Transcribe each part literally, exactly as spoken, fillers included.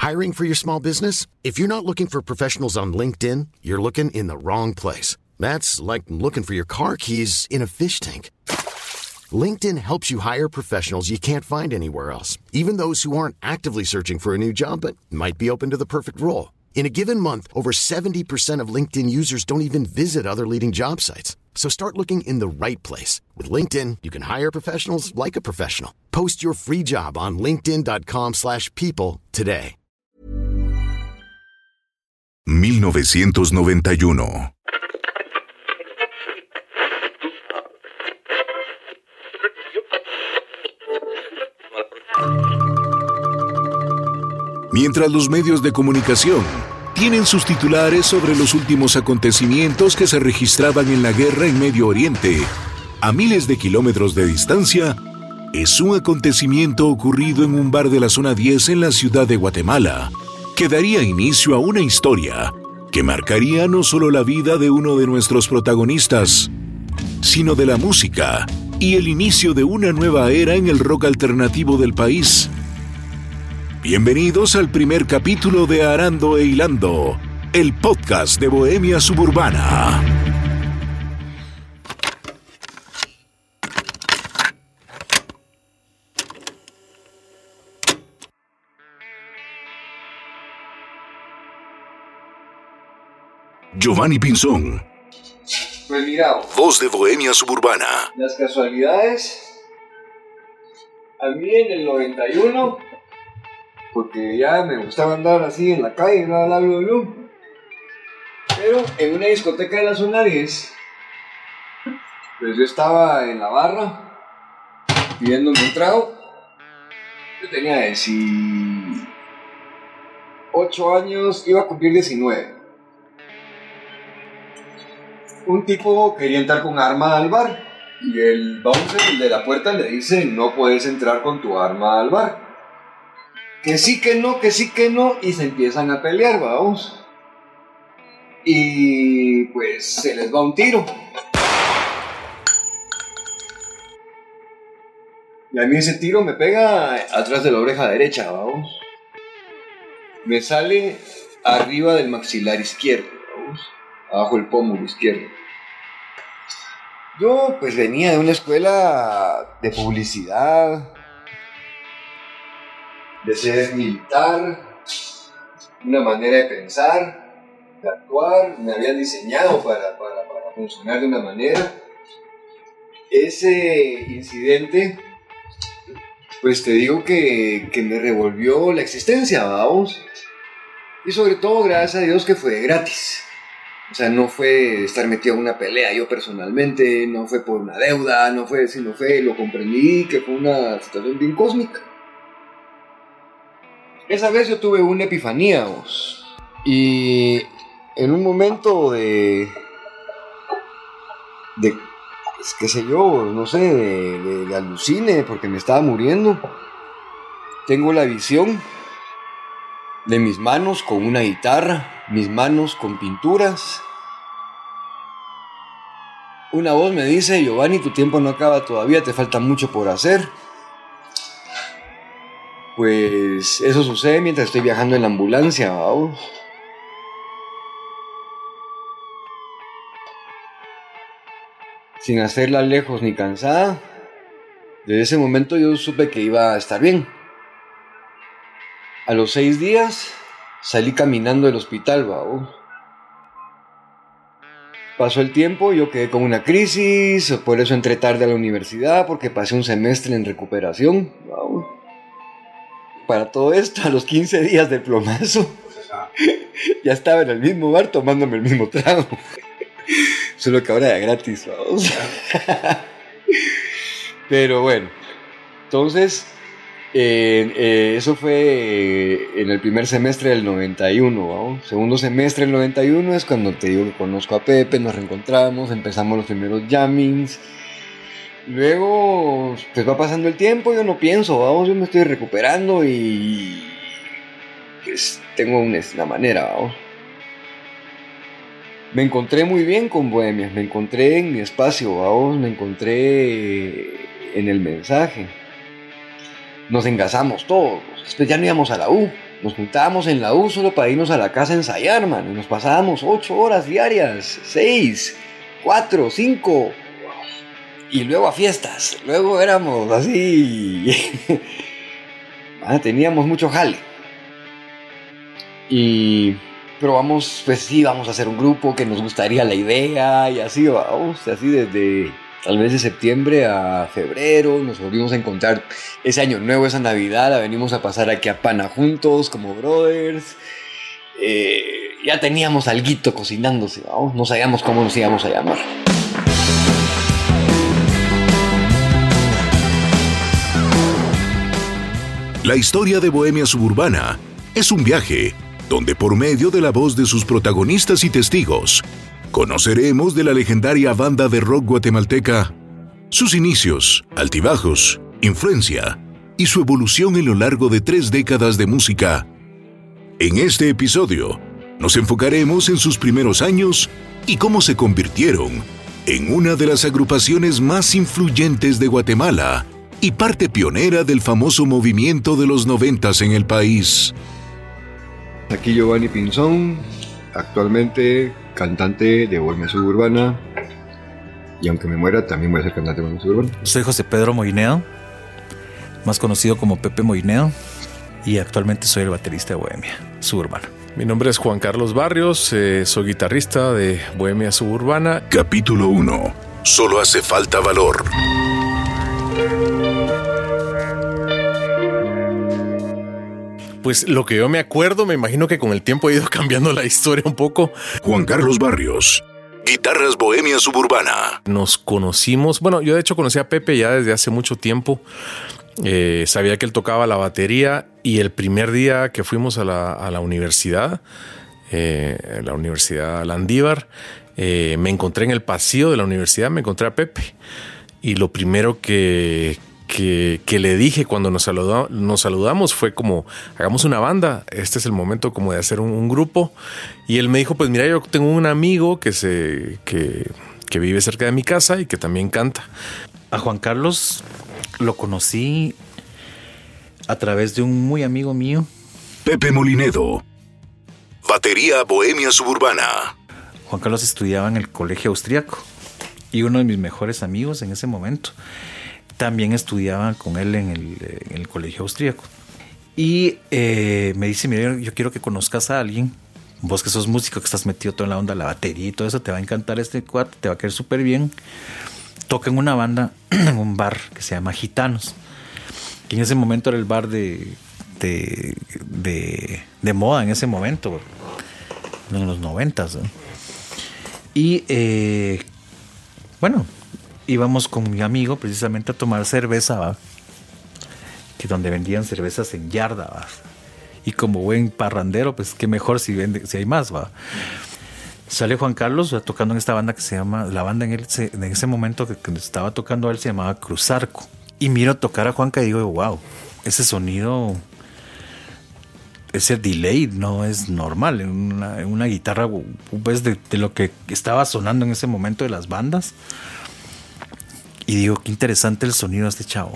Hiring for your small business? If you're not looking for professionals on LinkedIn, you're looking in the wrong place. That's like looking for your car keys in a fish tank. LinkedIn helps you hire professionals you can't find anywhere else, even those who aren't actively searching for a new job but might be open to the perfect role. In a given month, over seventy percent of LinkedIn users don't even visit other leading job sites. So start looking in the right place. With LinkedIn, you can hire professionals like a professional. Post your free job on linkedin.com slash people today. mil novecientos noventa y uno. Mientras los medios de comunicación tienen sus titulares sobre los últimos acontecimientos que se registraban en la guerra en Medio Oriente, a miles de kilómetros de distancia, es un acontecimiento ocurrido en un bar de la zona diez en la ciudad de Guatemala, que daría inicio a una historia que marcaría no solo la vida de uno de nuestros protagonistas, sino de la música y el inicio de una nueva era en el rock alternativo del país. Bienvenidos al primer capítulo de Arando e Hilando, el podcast de Bohemia Suburbana. Giovanni Pinzón. Pues mira, Voz de Bohemia Suburbana. las casualidades, a mí en el noventa y uno, porque ya me gustaba andar así en la calle, bla bla bla bla, pero en una discoteca de la zona diez, pues yo estaba en la barra pidiéndome un trago. Yo tenía dieciocho años, iba a cumplir diecinueve. Un tipo quería entrar con arma al bar y el bouncer, el de la puerta, le dice: no puedes entrar con tu arma al bar. Que sí, que no, que sí, que no, y se empiezan a pelear, vamos. Y pues se les va un tiro. Y a mí ese tiro me pega atrás de la oreja derecha, vamos. Me sale arriba del maxilar izquierdo, vamos. Abajo el pómulo izquierdo. Yo pues venía de una escuela de publicidad, de ser militar, una manera de pensar, de actuar. Me habían diseñado para, para, para funcionar de una manera. Ese incidente, pues te digo que, que me revolvió la existencia, vamos. Y sobre todo, gracias a Dios, que fue gratis. O sea, no fue estar metido en una pelea yo personalmente, no fue por una deuda, no fue, sino fue, lo comprendí, que fue una situación bien cósmica. Esa vez yo tuve una epifanía, vos. Y en un momento de... de pues, qué sé yo, no sé, de, de, de alucine, porque me estaba muriendo. Tengo la visión de mis manos con una guitarra, mis manos con pinturas. Una voz me dice: Giovanni, tu tiempo no acaba todavía, te falta mucho por hacer. Pues eso sucede mientras estoy viajando en la ambulancia, vamos. Sin hacerla lejos ni cansada, desde ese momento yo supe que iba a estar bien. A los seis días salí caminando del hospital, vamos. Pasó el tiempo, yo quedé con una crisis, por eso entré tarde a la universidad, porque pasé un semestre en recuperación, vamos. Para todo esto, a los quince días del plomazo, ya estaba en el mismo bar tomándome el mismo trago. Solo que ahora era gratis, vamos. Pero bueno, entonces... Eh, eh, eso fue eh, en el primer semestre del noventa y uno, ¿no? Segundo semestre del noventa y uno es cuando te digo que conozco a Pepe, nos reencontramos, empezamos los primeros jammings. Luego, pues va pasando el tiempo, yo no pienso, vamos, yo me estoy recuperando y pues tengo una, una manera, vamos. Me encontré muy bien con Bohemia, me encontré en mi espacio, vamos, me encontré en el mensaje. Nos engasamos todos, después ya no íbamos a la U, nos juntábamos en la U solo para irnos a la casa a ensayar, man. Y nos pasábamos ocho horas diarias, seis, cuatro, cinco. Y luego a fiestas. Luego éramos así. ah, teníamos mucho jale. Y... Pero vamos, pues sí, vamos a hacer un grupo que nos gustaría la idea. Y así vamos, así desde tal vez de septiembre a febrero. Nos volvimos a encontrar ese año nuevo, esa Navidad. La venimos a pasar aquí a Pana juntos, como brothers. Eh, ya teníamos alguito cocinándose, vamos. No sabíamos cómo nos íbamos a llamar. La historia de Bohemia Suburbana es un viaje donde por medio de la voz de sus protagonistas y testigos, conoceremos de la legendaria banda de rock guatemalteca, sus inicios, altibajos, influencia y su evolución en lo largo de tres décadas de música. En este episodio, nos enfocaremos en sus primeros años y cómo se convirtieron en una de las agrupaciones más influyentes de Guatemala y parte pionera del famoso movimiento de los noventas en el país. Aquí Giovanni Pinzón, actualmente cantante de Bohemia Suburbana, y aunque me muera también voy a ser cantante de Bohemia Suburbana. Soy José Pedro Moineo, más conocido como Pepe Moineo, y actualmente soy el baterista de Bohemia Suburbana. Mi nombre es Juan Carlos Barrios, eh, soy guitarrista de Bohemia Suburbana. Capítulo uno. Solo hace falta valor. Pues lo que yo me acuerdo, me imagino que con el tiempo ha ido cambiando la historia un poco. Juan Carlos Barrios, Guitarras Bohemia Suburbana. Nos conocimos, bueno, yo de hecho conocí a Pepe ya desde hace mucho tiempo. Eh, sabía que él tocaba la batería y el primer día que fuimos a la, a la universidad, eh, la Universidad Landívar, eh, me encontré en el pasillo de la universidad, me encontré a Pepe. Y lo primero que... Que, que le dije cuando nos, saluda, nos saludamos fue como, hagamos una banda, este es el momento como de hacer un, un grupo. Y él me dijo, pues mira, yo tengo un amigo que, se, que, que vive cerca de mi casa y que también canta. A Juan Carlos lo conocí a través de un muy amigo mío. Pepe Molinedo, batería Bohemia Suburbana. Juan Carlos estudiaba en el colegio austriaco y uno de mis mejores amigos en ese momento también estudiaba con él en el, en el colegio austríaco. Y eh, me dice, mira, yo quiero que conozcas a alguien. Vos que sos músico, que estás metido toda en la onda, la batería y todo eso, te va a encantar este cuate, te va a quedar súper bien. Toca en una banda, en un bar que se llama Gitanos. Que en ese momento era el bar de, de, de, de moda, en ese momento, en los noventas, ¿no? Y eh, bueno... íbamos con mi amigo precisamente a tomar cerveza, ¿va? Que donde vendían cervezas en yarda, ¿va? Y como buen parrandero, pues qué mejor si vende, si hay más, ¿va? Sale Juan Carlos, ¿va? Tocando en esta banda que se llama, la banda en, ese, en ese momento que, que estaba tocando él se llamaba Cruzarco. Y miro tocar a Juanca y digo, wow, ese sonido, ese delay no es normal en una, en una guitarra, pues de, de lo que estaba sonando en ese momento de las bandas. Y digo, qué interesante el sonido de este chavo.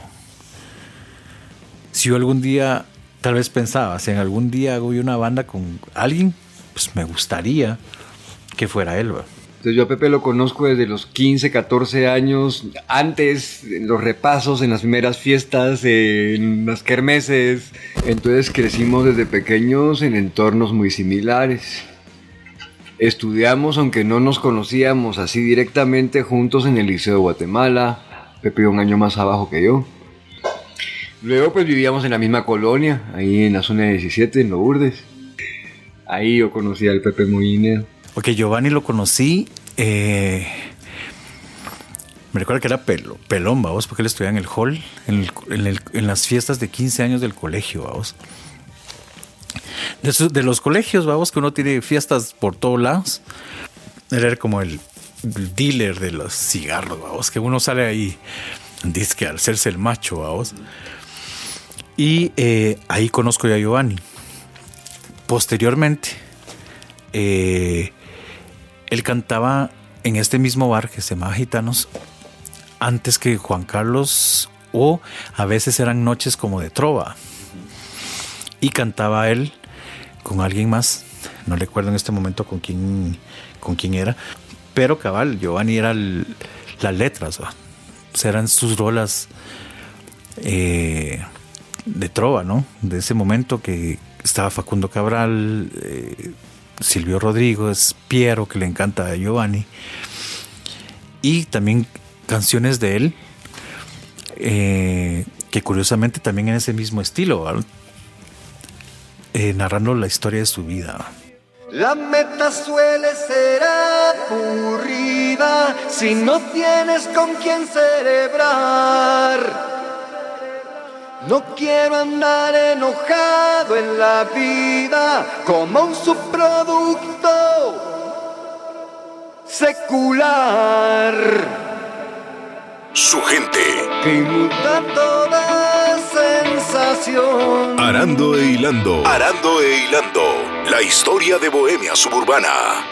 Si yo algún día, tal vez pensaba, si en algún día hago yo una banda con alguien, pues me gustaría que fuera él, ¿va? Entonces yo a Pepe lo conozco desde los quince, catorce años, antes, en los repasos, en las primeras fiestas, en las kermeses. Entonces crecimos desde pequeños en entornos muy similares. Estudiamos, aunque no nos conocíamos así directamente, juntos en el Liceo de Guatemala. Pepe un año más abajo que yo. Luego pues vivíamos en la misma colonia, ahí en la zona diecisiete, en Lourdes. Ahí yo conocí al Pepe Moineo. Ok, Giovanni lo conocí, eh, me recuerdo que era pelo, pelón, vamos, porque él estudiaba en el hall, en, el, en, el, en las fiestas de quince años del colegio, vamos. De, su, de los colegios, vamos, que uno tiene fiestas por todos lados. Él era como el, el dealer de los cigarros, vamos, que uno sale ahí, dice que al hacerse el macho, vamos. Y eh, ahí conozco ya a Giovanni. Posteriormente, eh, él cantaba en este mismo bar que se llamaba Gitanos antes que Juan Carlos, o a veces eran noches como de trova. Y cantaba él con alguien más. No recuerdo en este momento con quién, con quién era. Pero cabal, Giovanni era el, las letras, ¿va? O sea, eran sus rolas eh, de trova, ¿no? De ese momento que estaba Facundo Cabral, eh, Silvio Rodríguez, Piero, que le encanta a Giovanni. Y también canciones de él, eh, que curiosamente también en ese mismo estilo, ¿va? Eh, narrando la historia de su vida. La meta suele ser aburrida si no tienes con quién celebrar. No quiero andar enojado en la vida como un subproducto secular. Su gente. Que inunda toda sensación. Arando e hilando. Arando e hilando. La historia de Bohemia Suburbana.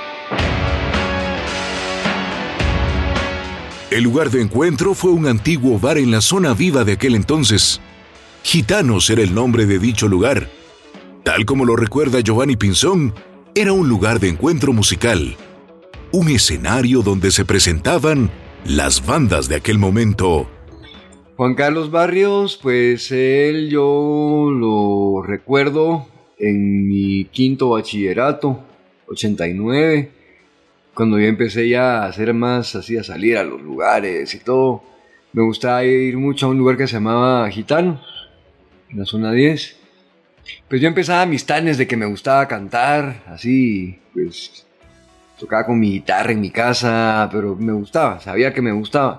El lugar de encuentro fue un antiguo bar en la zona viva de aquel entonces. Gitanos era el nombre de dicho lugar. Tal como lo recuerda Giovanni Pinzón, era un lugar de encuentro musical. Un escenario donde se presentaban las bandas de aquel momento. Juan Carlos Barrios, pues él yo lo recuerdo en mi quinto bachillerato, ochenta y nueve, cuando yo empecé ya a hacer más así, a salir a los lugares y todo. Me gustaba ir mucho a un lugar que se llamaba Gitanos, en la zona diez. Pues yo empezaba mis tanes de que me gustaba cantar, así, pues tocaba con mi guitarra en mi casa, pero me gustaba, sabía que me gustaba.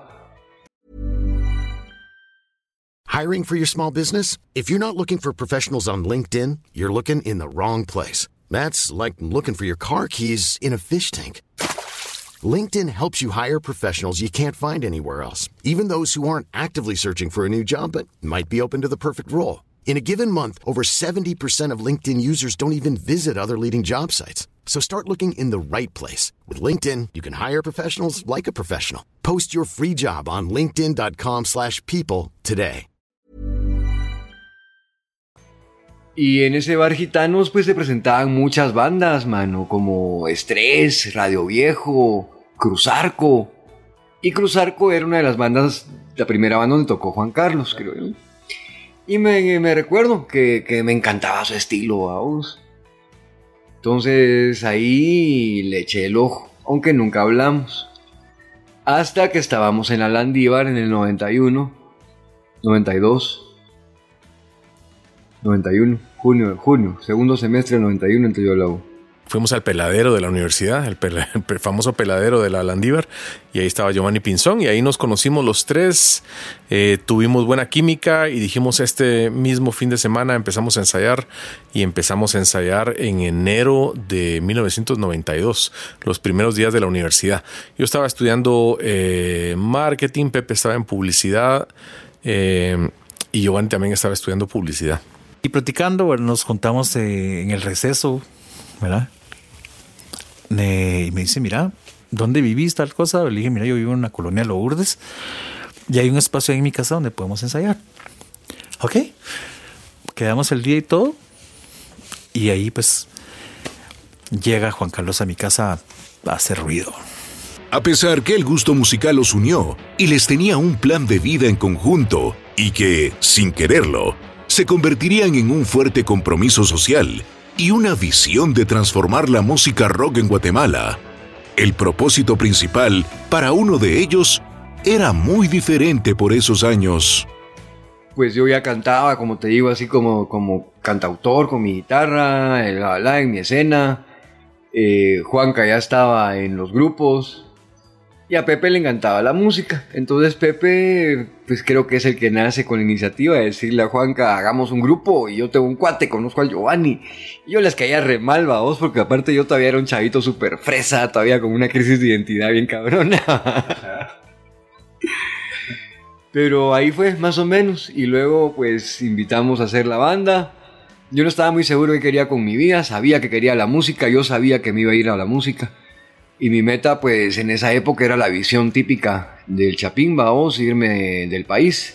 Hiring for your small business? If you're not looking for professionals on LinkedIn, you're looking in the wrong place. That's like looking for your car keys in a fish tank. LinkedIn helps you hire professionals you can't find anywhere else, even those who aren't actively searching for a new job but might be open to the perfect role. In a given month, over seventy percent of LinkedIn users don't even visit other leading job sites. So start looking in the right place. With LinkedIn, you can hire professionals like a professional. Post your free job on linkedin.com slash people today. Y en ese bar Gitanos pues se presentaban muchas bandas, mano, como Estrés, Radio Viejo, Cruzarco. Y Cruzarco era una de las bandas, la primera banda donde tocó Juan Carlos, creo yo. Y me, me recuerdo que, que me encantaba su estilo, vamos. Entonces ahí le eché el ojo, aunque nunca hablamos. Hasta que estábamos en la Landívar en el noventa y uno, noventa y dos... noventa y uno, junio, junio, segundo semestre del noventa y uno entré yo a la U. Fuimos al peladero de la universidad, el, pela, el famoso peladero de la Landívar, y ahí estaba Giovanni Pinzón, y ahí nos conocimos los tres, eh, tuvimos buena química y dijimos este mismo fin de semana empezamos a ensayar, y empezamos a ensayar en enero de mil novecientos noventa y dos, los primeros días de la universidad. Yo estaba estudiando eh, marketing, Pepe estaba en publicidad, eh, y Giovanni también estaba estudiando publicidad. Y platicando, bueno, nos juntamos eh, en el receso, ¿verdad? Eh, y me dice, mira, ¿dónde vivís tal cosa? Le dije, mira, yo vivo en una colonia Lourdes y hay un espacio ahí en mi casa donde podemos ensayar. Ok. Quedamos el día y todo. Y ahí pues llega Juan Carlos a mi casa a hacer ruido. A pesar que el gusto musical los unió y les tenía un plan de vida en conjunto y que, sin quererlo, se convertirían en un fuerte compromiso social y una visión de transformar la música rock en Guatemala, el propósito principal para uno de ellos era muy diferente por esos años. Pues yo ya cantaba, como te digo, así como, como cantautor con mi guitarra, el balá en mi escena. Eh, Juanca ya estaba en los grupos. Y a Pepe le encantaba la música. Entonces Pepe, pues creo que es el que nace con la iniciativa de decirle a Juanca, hagamos un grupo. Y yo tengo un cuate, conozco al Giovanni. Y yo les caía re mal, vos, porque aparte yo todavía era un chavito súper fresa, todavía con una crisis de identidad bien cabrona. Pero ahí fue, más o menos. Y luego, pues, invitamos a hacer la banda. Yo no estaba muy seguro de qué quería con mi vida. Sabía que quería la música. Yo sabía que me iba a ir a la música. Y mi meta, pues, en esa época era la visión típica del Chapín, vamos, irme de, del país.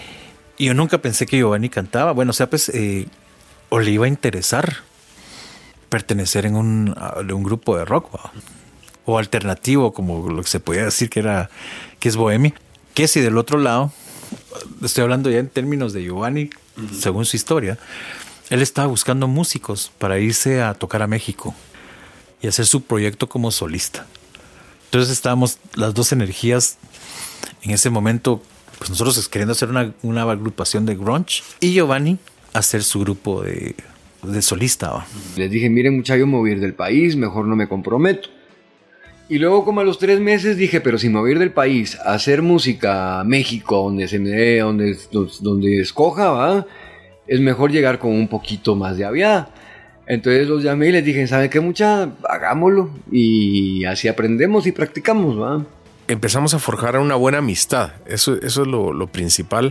Y yo nunca pensé que Giovanni cantaba. Bueno, o sea, pues, eh, o le iba a interesar. pertenecer en un, a un grupo de rock, ¿va? O alternativo, como lo que se podía decir que era, que es bohemia. Que si del otro lado, estoy hablando ya en términos de Giovanni, uh-huh. según su historia, él estaba buscando músicos para irse a tocar a México y hacer su proyecto como solista. Entonces estábamos las dos energías en ese momento, pues nosotros queriendo hacer una, una agrupación de grunge y Giovanni hacer su grupo de, de solista, ¿va? Les dije, miren muchachos, yo me voy a ir del país, mejor no me comprometo. Y luego como a los tres meses dije, pero si me voy a ir del país a hacer música a México, donde se me dé, donde, donde escoja, ¿va? Es mejor llegar con un poquito más de aviada. Entonces los llamé y les dije, ¿sabe qué, mucha? Hagámoslo. Y así aprendemos y practicamos, ¿va? Empezamos a forjar una buena amistad. Eso, eso es lo, lo principal.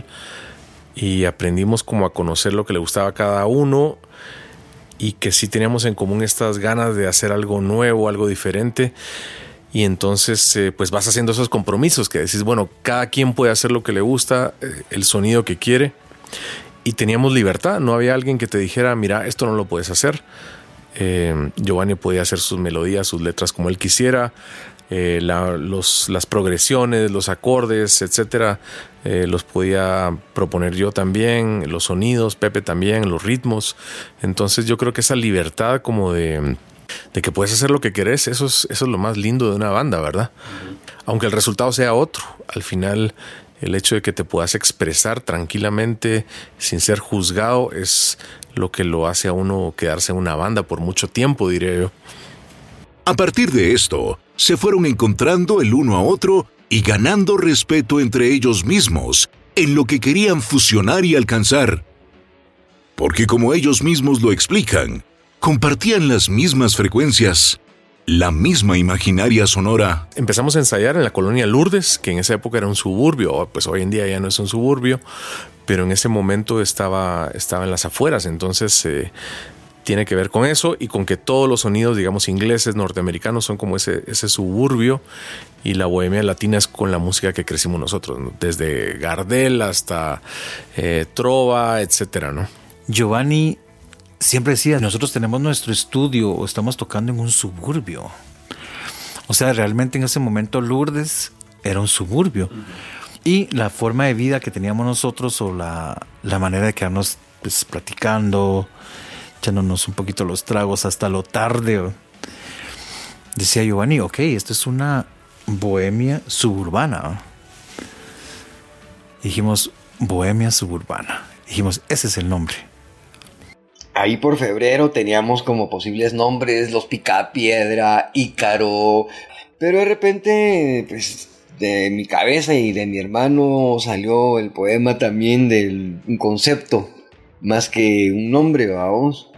Y aprendimos como a conocer lo que le gustaba a cada uno. Y que sí teníamos en común estas ganas de hacer algo nuevo, algo diferente. Y entonces eh, pues vas haciendo esos compromisos que decís, bueno, cada quien puede hacer lo que le gusta, eh, el sonido que quiere. Y teníamos libertad, no había alguien que te dijera, mira, esto no lo puedes hacer. Eh, Giovanni podía hacer sus melodías, sus letras como él quisiera, eh, la, los, las progresiones, los acordes, etcétera, eh, los podía proponer yo también, los sonidos, Pepe también, los ritmos. Entonces yo creo que esa libertad como de, de que puedes hacer lo que querés, eso es, eso es lo más lindo de una banda, ¿verdad? Uh-huh. Aunque el resultado sea otro, al final el hecho de que te puedas expresar tranquilamente sin ser juzgado es lo que lo hace a uno quedarse en una banda por mucho tiempo, diría yo. A partir de esto, se fueron encontrando el uno a otro y ganando respeto entre ellos mismos en lo que querían fusionar y alcanzar. Porque como ellos mismos lo explican, compartían las mismas frecuencias, la misma imaginaria sonora. Empezamos a ensayar en la colonia Lourdes, que en esa época era un suburbio, pues hoy en día ya no es un suburbio, pero en ese momento estaba, estaba en las afueras, entonces eh, tiene que ver con eso y con que todos los sonidos, digamos, ingleses, norteamericanos son como ese, ese suburbio y la bohemia latina es con la música que crecimos nosotros, ¿no? Desde Gardel hasta eh, Trova, etcétera, ¿no? Giovanni siempre decía, nosotros tenemos nuestro estudio o estamos tocando en un suburbio. O sea, realmente en ese momento Lourdes era un suburbio. Uh-huh. Y la forma de vida que teníamos nosotros o la, la manera de quedarnos pues, platicando, echándonos un poquito los tragos hasta lo tarde. Decía Giovanni, ok, esto es una bohemia suburbana. Dijimos, bohemia suburbana. Dijimos, ese es el nombre. Ahí por febrero teníamos como posibles nombres Los Picapiedra, Ícaro, pero de repente, pues, de mi cabeza y de mi hermano salió el poema también de un concepto, más que un nombre, vamos.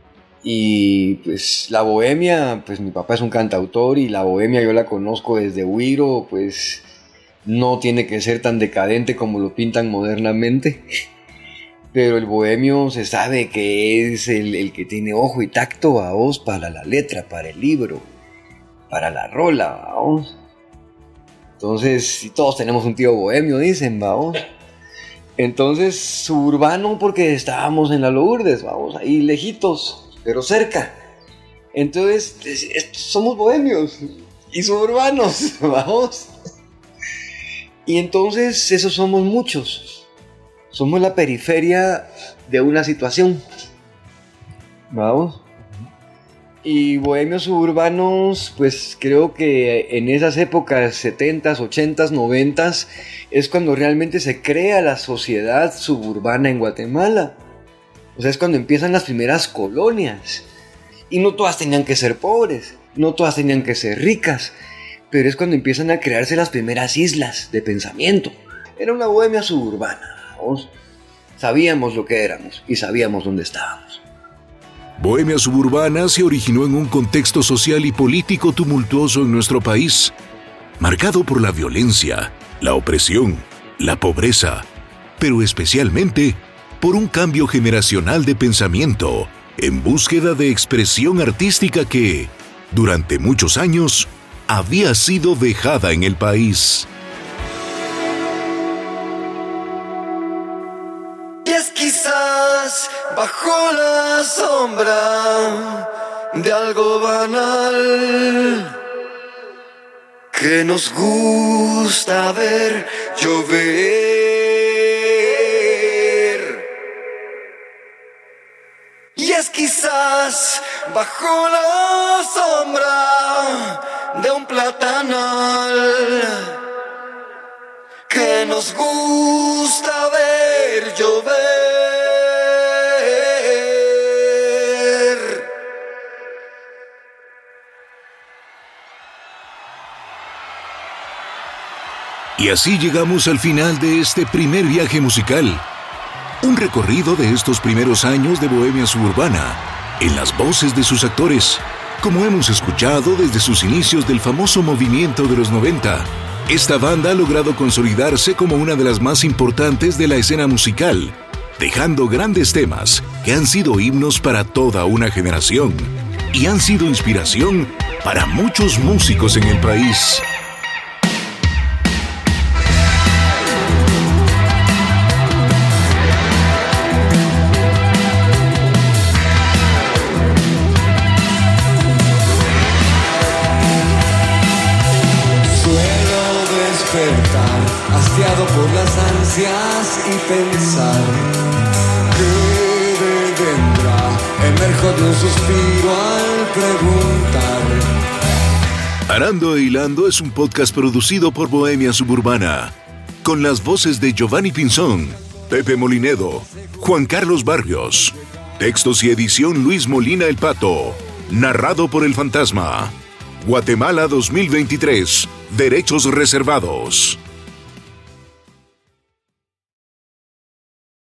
Y pues la bohemia, pues mi papá es un cantautor y la bohemia yo la conozco desde Huiro, pues no tiene que ser tan decadente como lo pintan modernamente. Pero el bohemio se sabe que es el, el que tiene ojo y tacto, ¿vaos? Para la letra, para el libro, para la rola, ¿vaos? Entonces, si todos tenemos un tío bohemio, dicen, ¿vaos? Entonces, suburbano porque estábamos en la Lourdes, ¿vaos? Ahí lejitos, pero cerca. Entonces, es, es, somos bohemios y suburbanos, ¿vaos? Y entonces, esos somos muchos. Somos la periferia de una situación. Vamos. Y bohemios suburbanos, pues creo que en esas épocas setentas, ochentas, noventas es cuando realmente se crea la sociedad suburbana en Guatemala. O sea, es cuando empiezan las primeras colonias. Y no todas tenían que ser pobres, no todas tenían que ser ricas, pero es cuando empiezan a crearse las primeras islas de pensamiento. Era una bohemia suburbana. Sabíamos lo que éramos y sabíamos dónde estábamos. Bohemia suburbana se originó en un contexto social y político tumultuoso en nuestro país, marcado por la violencia, la opresión, la pobreza, pero especialmente por un cambio generacional de pensamiento en búsqueda de expresión artística que, durante muchos años, había sido dejada en el país. Quizás bajo la sombra de algo banal que nos gusta ver llover. Y es quizás bajo la sombra de un platanal que nos gusta ver llover. Y así llegamos al final de este primer viaje musical. Un recorrido de estos primeros años de Bohemia Suburbana, en las voces de sus actores, como hemos escuchado desde sus inicios del famoso movimiento de los noventa. Esta banda ha logrado consolidarse como una de las más importantes de la escena musical, dejando grandes temas que han sido himnos para toda una generación y han sido inspiración para muchos músicos en el país. Hastiado por las ansias y pensar que vendrá, emerjo de un suspiro al preguntar. Arando e Hilando es un podcast producido por Bohemia Suburbana, con las voces de Giovanni Pinzón, Pepe Molinedo, Juan Carlos Barrios, textos y edición Luis Molina El Pato, narrado por El Fantasma. Guatemala dos mil veintitrés, derechos reservados.